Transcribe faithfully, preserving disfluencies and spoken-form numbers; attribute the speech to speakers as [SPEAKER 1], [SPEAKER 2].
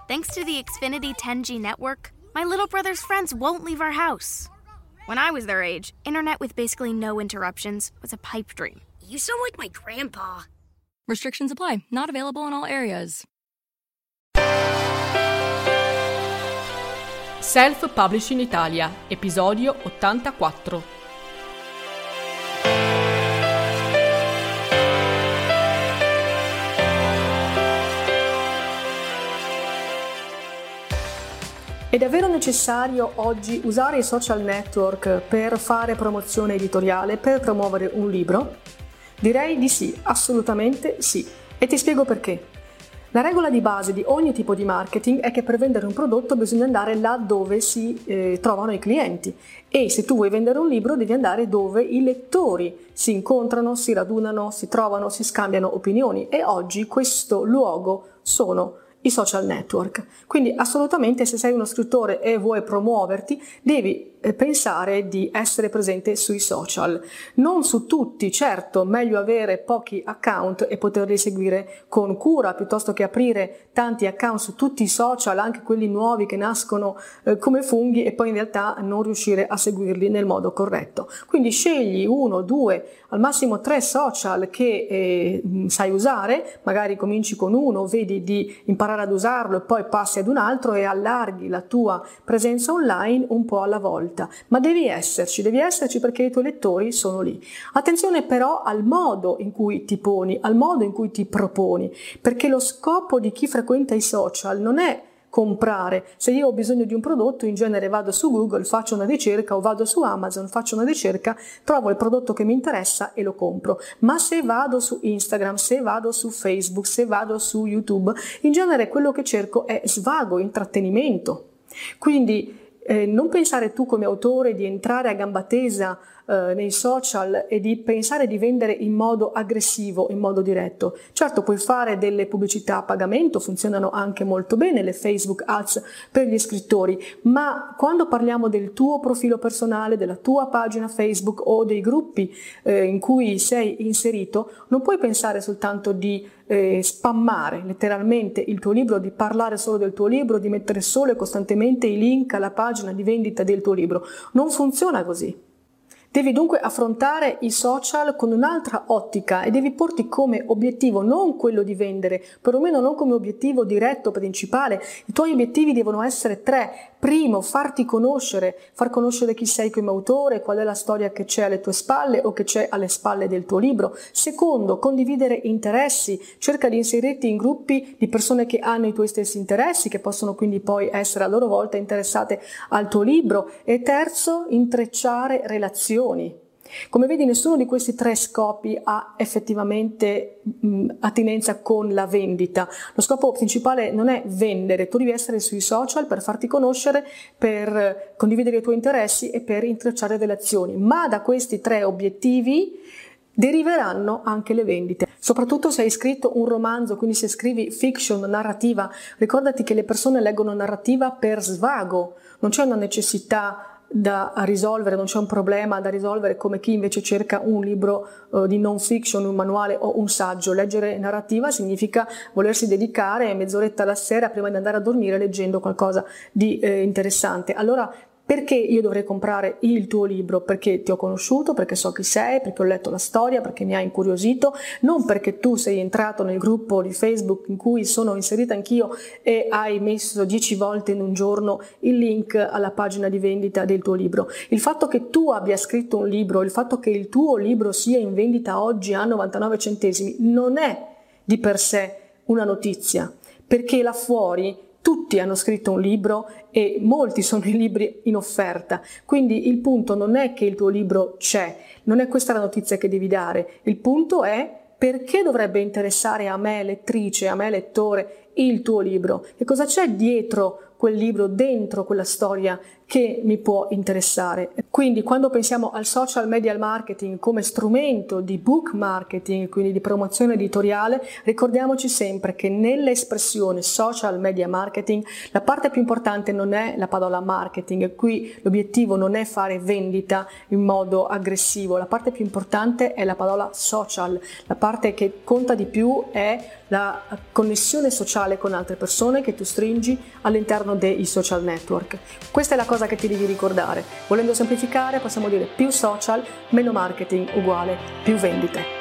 [SPEAKER 1] Thanks to the Xfinity ten G network, my little brother's friends won't leave our house. When I was their age, internet with basically no interruptions was a pipe dream.
[SPEAKER 2] You sound like my grandpa.
[SPEAKER 3] Restrictions apply. Not available in all areas.
[SPEAKER 4] Self-Publishing Italia, episodio ottantaquattro.
[SPEAKER 5] È davvero necessario oggi usare i social network per fare promozione editoriale, per promuovere un libro? Direi di sì, assolutamente sì. E ti spiego perché. La regola di base di ogni tipo di marketing è che per vendere un prodotto bisogna andare là dove si eh, trovano i clienti, e se tu vuoi vendere un libro devi andare dove i lettori si incontrano, si radunano, si trovano, si scambiano opinioni, e oggi questo luogo sono i social network. Quindi assolutamente, se sei uno scrittore e vuoi promuoverti, devi pensare di essere presente sui social. Non su tutti, certo, meglio avere pochi account e poterli seguire con cura piuttosto che aprire tanti account su tutti i social, anche quelli nuovi che nascono eh, come funghi, e poi in realtà non riuscire a seguirli nel modo corretto. Quindi scegli uno, due, al massimo tre social che eh, sai usare, magari cominci con uno, vedi di imparare ad usarlo e poi passi ad un altro e allarghi la tua presenza online un po' alla volta. Ma devi esserci, devi esserci perché i tuoi lettori sono lì. Attenzione però al modo in cui ti poni, al modo in cui ti proponi, perché lo scopo di chi frequenta i social non è comprare. Se io ho bisogno di un prodotto, in genere vado su Google, faccio una ricerca, o vado su Amazon, faccio una ricerca, trovo il prodotto che mi interessa e lo compro. Ma se vado su Instagram, se vado su Facebook, se vado su YouTube, in genere quello che cerco è svago, intrattenimento. Quindi Eh, non pensare tu come autore di entrare a gamba tesa eh, nei social e di pensare di vendere in modo aggressivo, in modo diretto. Certo, puoi fare delle pubblicità a pagamento, funzionano anche molto bene le Facebook Ads per gli scrittori, ma quando parliamo del tuo profilo personale, della tua pagina Facebook o dei gruppi eh, in cui sei inserito, non puoi pensare soltanto di Eh, spammare letteralmente il tuo libro, di parlare solo del tuo libro, di mettere solo e costantemente i link alla pagina di vendita del tuo libro. Non funziona così. Devi dunque affrontare i social con un'altra ottica e devi porti come obiettivo non quello di vendere, perlomeno non come obiettivo diretto, principale. I tuoi obiettivi devono essere tre. Primo, farti conoscere, far conoscere chi sei come autore, qual è la storia che c'è alle tue spalle o che c'è alle spalle del tuo libro. Secondo, condividere interessi, cerca di inserirti in gruppi di persone che hanno i tuoi stessi interessi, che possono quindi poi essere a loro volta interessate al tuo libro. E terzo, intrecciare relazioni. Come vedi, nessuno di questi tre scopi ha effettivamente mh, attinenza con la vendita. Lo scopo principale non è vendere, tu devi essere sui social per farti conoscere, per condividere i tuoi interessi e per intrecciare relazioni, ma da questi tre obiettivi deriveranno anche le vendite. Soprattutto se hai scritto un romanzo, quindi se scrivi fiction, narrativa, ricordati che le persone leggono narrativa per svago, non c'è una necessità da risolvere, non c'è un problema da risolvere come chi invece cerca un libro uh, di non fiction, un manuale o un saggio. Leggere narrativa significa volersi dedicare mezz'oretta alla sera prima di andare a dormire leggendo qualcosa di eh, interessante. Allora, perché io dovrei comprare il tuo libro? Perché ti ho conosciuto, perché so chi sei, perché ho letto la storia, perché mi ha incuriosito, non perché tu sei entrato nel gruppo di Facebook in cui sono inserita anch'io e hai messo dieci volte in un giorno il link alla pagina di vendita del tuo libro. Il fatto che tu abbia scritto un libro, il fatto che il tuo libro sia in vendita oggi a novantanove centesimi non è di per sé una notizia, perché là fuori tutti hanno scritto un libro e molti sono i libri in offerta, quindi il punto non è che il tuo libro c'è, non è questa la notizia che devi dare, il punto è perché dovrebbe interessare a me lettrice, a me lettore il tuo libro, che cosa c'è dietro quel libro dentro quella storia che mi può interessare. Quindi quando pensiamo al social media marketing come strumento di book marketing, quindi di promozione editoriale, ricordiamoci sempre che nell'espressione social media marketing la parte più importante non è la parola marketing, qui l'obiettivo non è fare vendita in modo aggressivo, la parte più importante è la parola social, la parte che conta di più è la connessione sociale con altre persone che tu stringi all'interno dei social network. Questa è la cosa che ti devi ricordare. Volendo semplificare, possiamo dire più social, meno marketing uguale più vendite.